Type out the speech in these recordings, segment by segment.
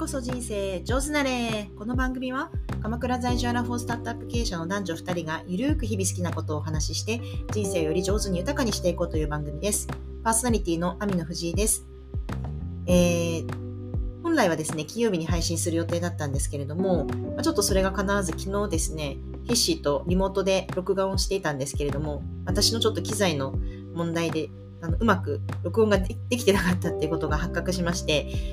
そ人生上手なれ。この番組は鎌倉在住アラフォースタートアップ経営者の男女2人がゆるーく日々好きなことをお話しして人生をより上手に豊かにしていこうという番組です。パーソナリティの網野藤井です。本来はですね、金曜日に配信する予定だったんですけれども、ちょっとそれが叶わず昨日ですね、ヒッシーとリモートで録画をしていたんですけれども、私のちょっと機材の問題でうまく録音ができてなかったっていうことが発覚しまして、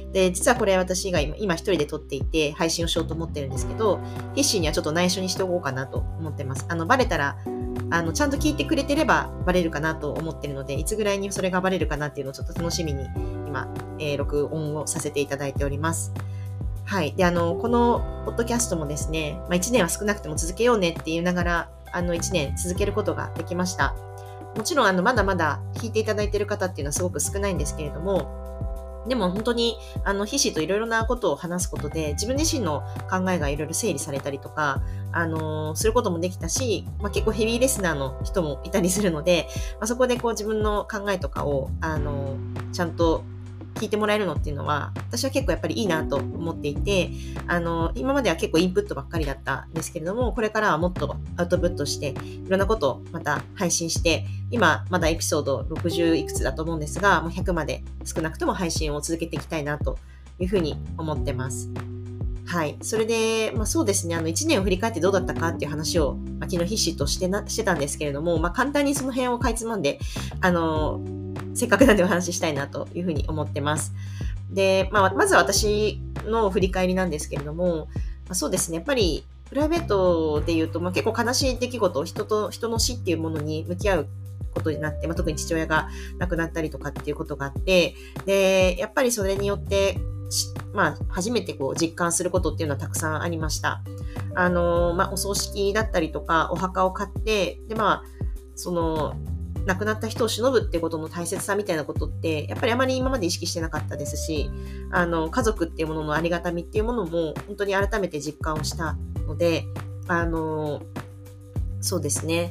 で、実はこれ私が今一人で撮っていて配信をしようと思ってるんですけど、ヒッシーにはちょっと内緒にしておこうかなと思ってます。バレたら、ちゃんと聞いてくれてればバレるかなと思ってるので、いつぐらいにそれがバレるかなっていうのをちょっと楽しみに今、録音をさせていただいております。はい。で、このポッドキャストもですね、1年は少なくても続けようねって言いながら、1年続けることができました。もちろんまだまだ聞いていただいている方っていうのはすごく少ないんですけれども、でも本当にヒシといろいろなことを話すことで自分自身の考えがいろいろ整理されたりとか、することもできたし、結構ヘビーレスナーの人もいたりするので、そこで自分の考えとかをちゃんと聞いてもらえるのっていうのは私は結構やっぱりいいなと思っていて、今までは結構インプットばっかりだったんですけれども、これからはもっとアウトプットしていろんなことをまた配信して、今まだエピソード60いくつだと思うんですが、もう100まで少なくとも配信を続けていきたいなというふうに思ってます。はい。それで、そうですね、1年を振り返ってどうだったかっていう話を、昨日必死としてたんですけれども、簡単にその辺をかいつまんで、せっかくなんでお話ししたいなというふうに思ってます。で、まずは私の振り返りなんですけれども、そうですね、やっぱりプライベートで言うと、結構悲しい出来事、人の死っていうものに向き合うことになって、特に父親が亡くなったりとかっていうことがあって、で、やっぱりそれによって、初めて実感することっていうのはたくさんありました。お葬式だったりとか、お墓を買って、で、亡くなった人を偲ぶっていうことの大切さみたいなことって、やっぱりあまり今まで意識してなかったですし、家族っていうもののありがたみっていうものも本当に改めて実感をしたので、そうですね。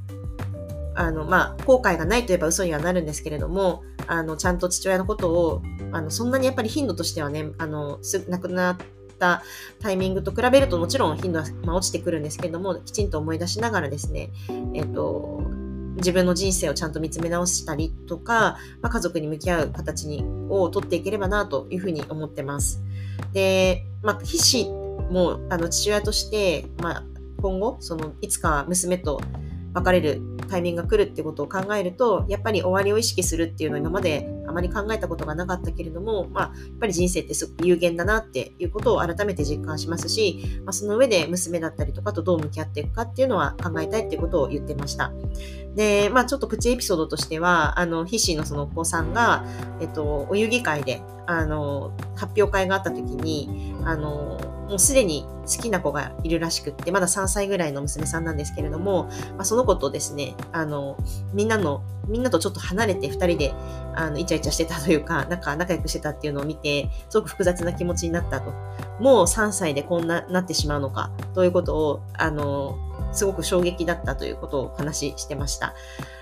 後悔がないと言えば嘘にはなるんですけれども、ちゃんと父親のことを、そんなにやっぱり頻度としてはね、亡くなったタイミングと比べるともちろん頻度は、落ちてくるんですけれども、きちんと思い出しながらですね、自分の人生をちゃんと見つめ直したりとか、家族に向き合う形を取っていければなというふうに思ってます。で、必死も父親として、今後いつか娘と別れるタイミングが来るってことを考えると、やっぱり終わりを意識するっていうのを今まであまり考えたことがなかったけれども、やっぱり人生ってすごく有限だなっていうことを改めて実感しますし、その上で娘だったりとかとどう向き合っていくかっていうのは考えたいっていうことを言ってました。で、ちょっとプチエピソードとしては、ヒッシーのそのお子さんが、お遊戯会で、発表会があった時に、もうすでに好きな子がいるらしくって、まだ3歳ぐらいの娘さんなんですけれども、その子とですね、みんなとちょっと離れて2人で、イチャイチャしてたというか、仲良くしてたっていうのを見て、すごく複雑な気持ちになったと。もう3歳でこんなってしまうのか、ということを、すごく衝撃だったということを話してました。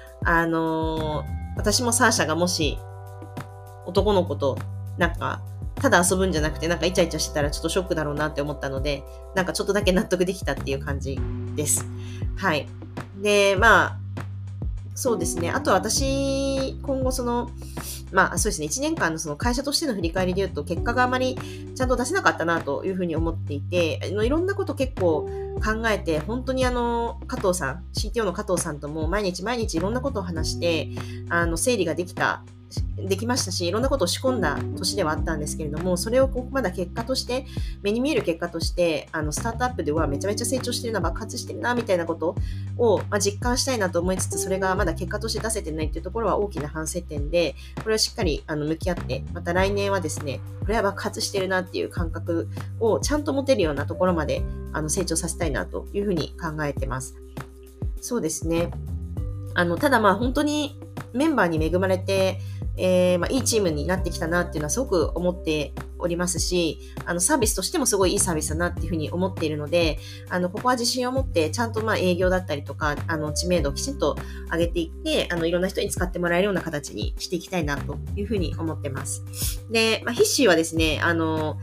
私もサーシャがもし男の子とただ遊ぶんじゃなくてイチャイチャしてたらちょっとショックだろうなって思ったので、ちょっとだけ納得できたっていう感じです。はい。で、そうですね。あと私、今後そうですね、1年間のその会社としての振り返りで言うと、結果があまりちゃんと出せなかったなというふうに思っていて、いろんなこと結構考えて、本当に加藤さん、CTO の加藤さんとも毎日いろんなことを話して、整理ができましたし、いろんなことを仕込んだ年ではあったんですけれども、それをまだ結果として、目に見える結果として、スタートアップではめちゃめちゃ成長してるな、爆発してるな、みたいなことを、実感したいなと思いつつ、それがまだ結果として出せてないっていうところは大きな反省点で、これはしっかり向き合って、また来年はですね、これは爆発してるなっていう感覚をちゃんと持てるようなところまで成長させたいなというふうに考えてます。そうですね。ただ本当にメンバーに恵まれて、いいチームになってきたなっていうのはすごく思っておりますし、サービスとしてもすごいいいサービスだなっていうふうに思っているので、ここは自信を持ってちゃんと営業だったりとか、知名度をきちんと上げていって、いろんな人に使ってもらえるような形にしていきたいなというふうに思ってます。で、ヒッシーはですね、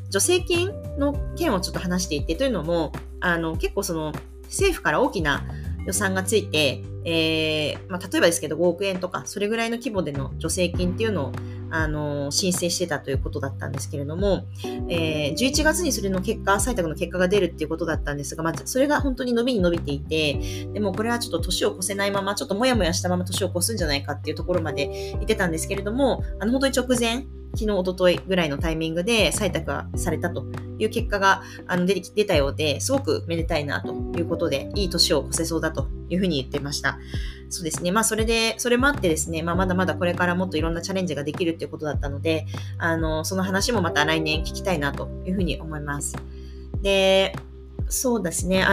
助成金の件をちょっと話していて、というのも、結構政府から大きな予算がついて、例えばですけど5億円とか、それぐらいの規模での助成金っていうのを、申請してたということだったんですけれども、11月にそれの採択の結果が出るっていうことだったんですが、それが本当に伸びていて、でもこれはちょっと年を越せないまま、ちょっともやもやしたまま年を越すんじゃないかっていうところまで言ってたんですけれども、本当に直前、昨日、一昨日ぐらいのタイミングで採択がされたという結果が出たようで、すごくめでたいなということで、いい年を越せそうだというふうに言ってました。そうですね。それもあってですね、まだまだこれからもっといろんなチャレンジができるっていうことだったので、その話もまた来年聞きたいなというふうに思います。で、そうですね。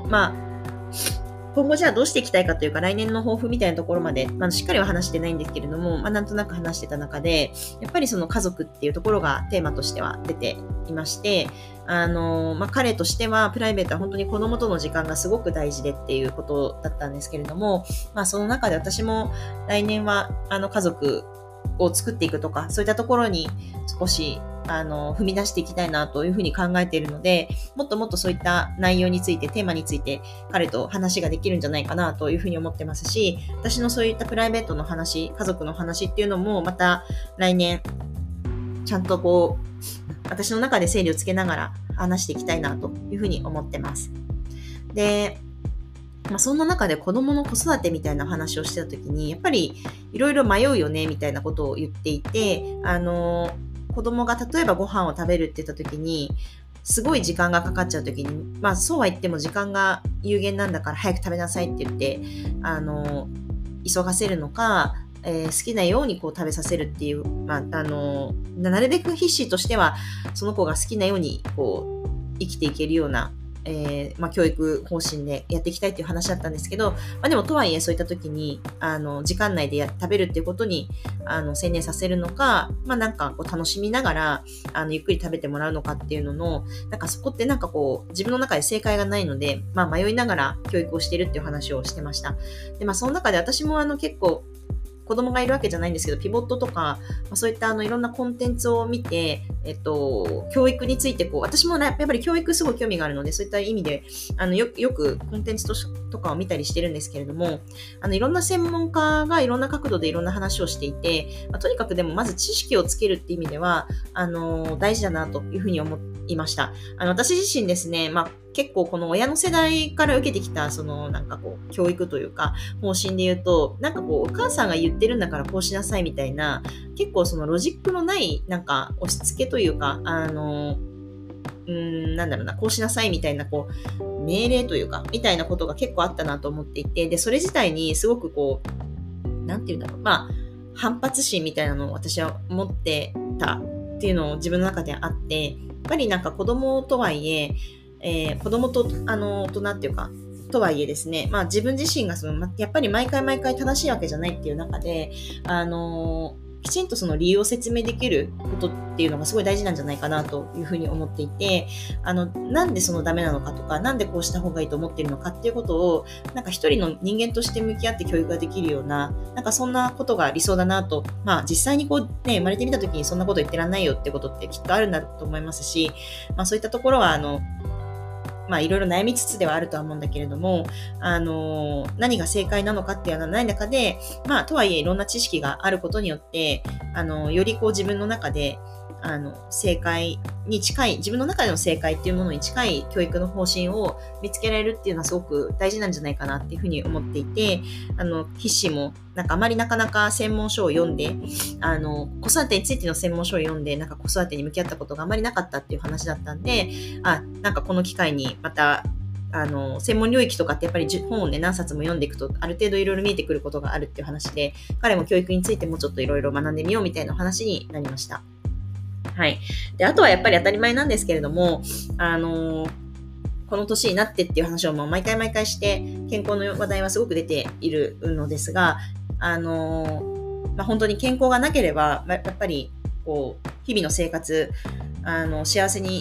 今後じゃあどうしていきたいかというか、来年の抱負みたいなところまで、しっかりは話してないんですけれども、なんとなく話してた中で、やっぱりその家族っていうところがテーマとしては出ていまして、彼としてはプライベートは本当に子供との時間がすごく大事でっていうことだったんですけれども、その中で私も来年は家族を作っていくとか、そういったところに少し踏み出していきたいなというふうに考えているので、もっともっとそういった内容について、テーマについて彼と話ができるんじゃないかなというふうに思ってますし、私のそういったプライベートの話、家族の話っていうのもまた来年ちゃんと私の中で整理をつけながら話していきたいなというふうに思ってます。で、そんな中で子供の子育てみたいな話をしてた時に、やっぱりいろいろ迷うよねみたいなことを言っていて、子供が例えばご飯を食べるって言った時に、すごい時間がかかっちゃう時に、そうは言っても時間が有限なんだから早く食べなさいって言って、急がせるのか、好きなように食べさせるっていう、なるべく必死としては、その子が好きなように生きていけるような、教育方針でやっていきたいっていう話だったんですけど、でもとはいえそういった時に時間内で食べるっていうことに専念させるのか、楽しみながらゆっくり食べてもらうのかっていうののそこって自分の中で正解がないので、迷いながら教育をしているっていう話をしてました。で、その中で私も結構子供がいるわけじゃないんですけど、ピボットとか、そういったいろんなコンテンツを見て、教育について私もやっぱり教育すごい興味があるので、そういった意味で、よくコンテンツとかを見たりしてるんですけれども、いろんな専門家がいろんな角度でいろんな話をしていて、とにかくでもまず知識をつけるっていう意味では、大事だなというふうに思いました。私自身ですね、結構この親の世代から受けてきた、教育というか、方針で言うと、お母さんが言ってるんだからこうしなさいみたいな、結構ロジックのない、押し付けというか、こうしなさいみたいな、命令というか、みたいなことが結構あったなと思っていて、で、それ自体にすごく反発心みたいなのを私は持ってたっていうのを自分の中であって、やっぱり子供とはいえ、子供と大人っていうかとはいえですね、自分自身がやっぱり毎回正しいわけじゃないっていう中できちんとその理由を説明できることっていうのがすごい大事なんじゃないかなというふうに思っていて、なんでダメなのかとか、なんでこうした方がいいと思っているのかっていうことを一人の人間として向き合って教育ができるような、そんなことが理想だなと、実際に生まれてみた時にそんなこと言ってらんないよってことってきっとあるんだと思いますし、そういったところはいろいろ悩みつつではあるとは思うんだけれども、何が正解なのかっていうのはない中で、とはいえいろんな知識があることによって、より自分の中で、正解に近い、自分の中での正解っていうものに近い教育の方針を見つけられるっていうのはすごく大事なんじゃないかなっていうふうに思っていて、筆詞もあまりなかなか専門書を読んで、子育てについての専門書を読んで、子育てに向き合ったことがあまりなかったっていう話だったんで、この機会にまた専門領域とかってやっぱり本をね何冊も読んでいくとある程度いろいろ見えてくることがあるっていう話で、彼も教育についてもちょっといろいろ学んでみようみたいな話になりました。はい。で、あとはやっぱり当たり前なんですけれども、この年になってっていう話を毎回して、健康の話題はすごく出ているのですが、本当に健康がなければ、やっぱり日々の生活幸せに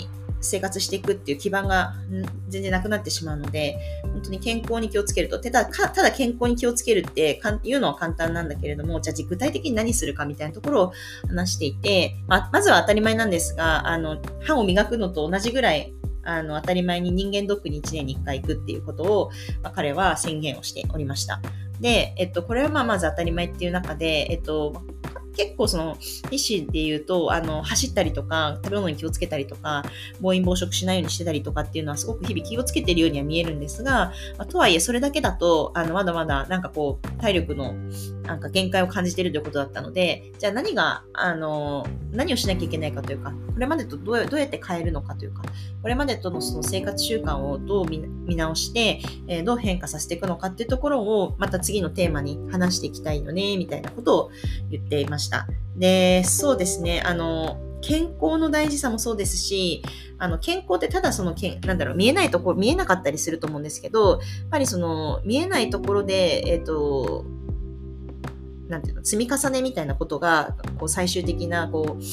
生活していくっていう基盤が全然なくなってしまうので、本当に健康に気をつけると。ただ健康に気をつけるって言うのは簡単なんだけれども、じゃあ具体的に何するかみたいなところを話していて、まずは当たり前なんですが、歯を磨くのと同じぐらい、当たり前に人間ドックに1年に1回行くっていうことを、彼は宣言をしておりました。で、これはまず当たり前っていう中で、結構医師で言うと、走ったりとか、食べ物に気をつけたりとか、暴飲暴食しないようにしてたりとかっていうのはすごく日々気をつけているようには見えるんですが、とはいえそれだけだと、まだまだ体力の限界を感じているということだったので、じゃあ何をしなきゃいけないかというか、これまでとどうやって変えるのかというか、これまでとのその生活習慣をどう見直して、どう変化させていくのかっていうところを、また次のテーマに話していきたいよね、みたいなことを言っていました。で、そうですね、健康の大事さもそうですし、健康ってただ見えないところ、見えなかったりすると思うんですけど、やっぱり見えないところで、積み重ねみたいなことが、最終的な、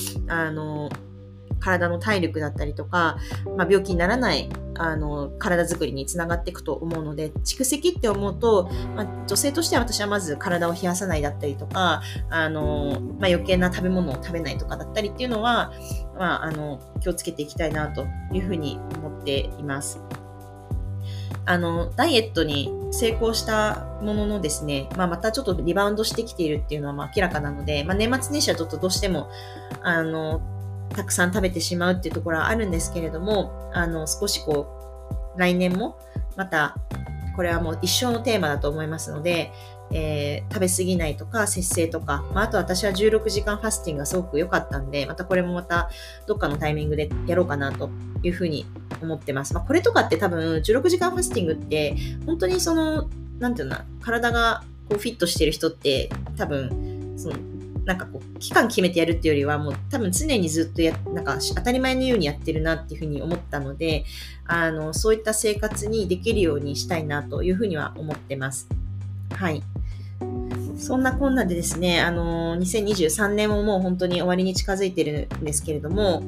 体の体力だったりとか、病気にならない、体づくりにつながっていくと思うので、蓄積って思うと、女性としては私はまず体を冷やさないだったりとか、余計な食べ物を食べないとかだったりっていうのは、気をつけていきたいなというふうに思っています。ダイエットに成功したもののですね、またちょっとリバウンドしてきているっていうのは明らかなので、年末年始はちょっとどうしても、たくさん食べてしまうっていうところはあるんですけれども、少し来年もまた、これはもう一生のテーマだと思いますので、食べ過ぎないとか節制とか、あと私は16時間ファスティングがすごく良かったんで、これもまたどっかのタイミングでやろうかなというふうに思ってます。これとかって多分16時間ファスティングって本当に体がフィットしてる人って多分期間決めてやるっていうよりはもう多分常にずっと当たり前のようにやってるなっていうふうに思ったので、そういった生活にできるようにしたいなというふうには思ってます。はい。そんなこんなでですね、2023年ももう本当に終わりに近づいてるんですけれども、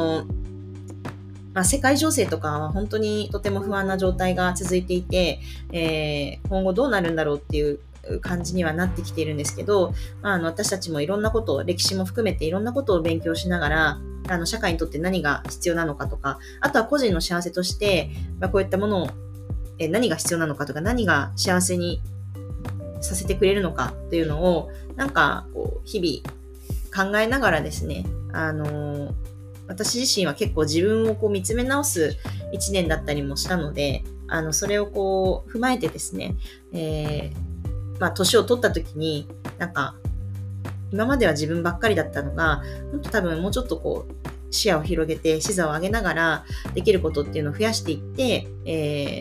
世界情勢とかは本当にとても不安な状態が続いていて、今後どうなるんだろうっていう感じにはなってきているんですけど、私たちもいろんなことを、歴史も含めていろんなことを勉強しながら、社会にとって何が必要なのかとか、あとは個人の幸せとして、こういったものを、何が必要なのかとか、何が幸せにさせてくれるのかっていうのを、日々考えながらですね、私自身は結構自分を見つめ直す一年だったりもしたので、それを踏まえてですね、年を取った時に、今までは自分ばっかりだったのが、多分もうちょっと視野を広げて視座を上げながらできることっていうのを増やしていって、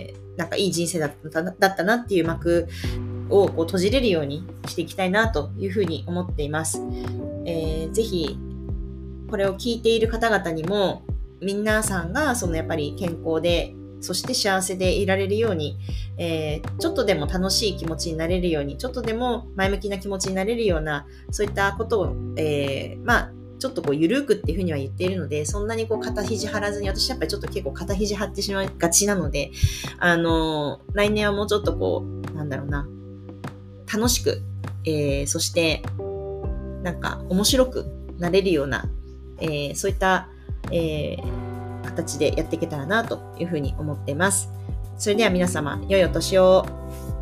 いい人生だったなっていう幕を閉じれるようにしていきたいなというふうに思っています。ぜひこれを聞いている方々にも皆さんがやっぱり健康でそして幸せでいられるように、ちょっとでも楽しい気持ちになれるように、ちょっとでも前向きな気持ちになれるようなそういったことを、ちょっとゆるくっていうふうには言っているので、そんなに肩肘張らずに、私やっぱりちょっと結構肩肘張ってしまいがちなので、来年はもうちょっと楽しく、そして面白くなれるような、そういった、形でやっていけたらなというふうに思っています。それでは皆様、良いお年を。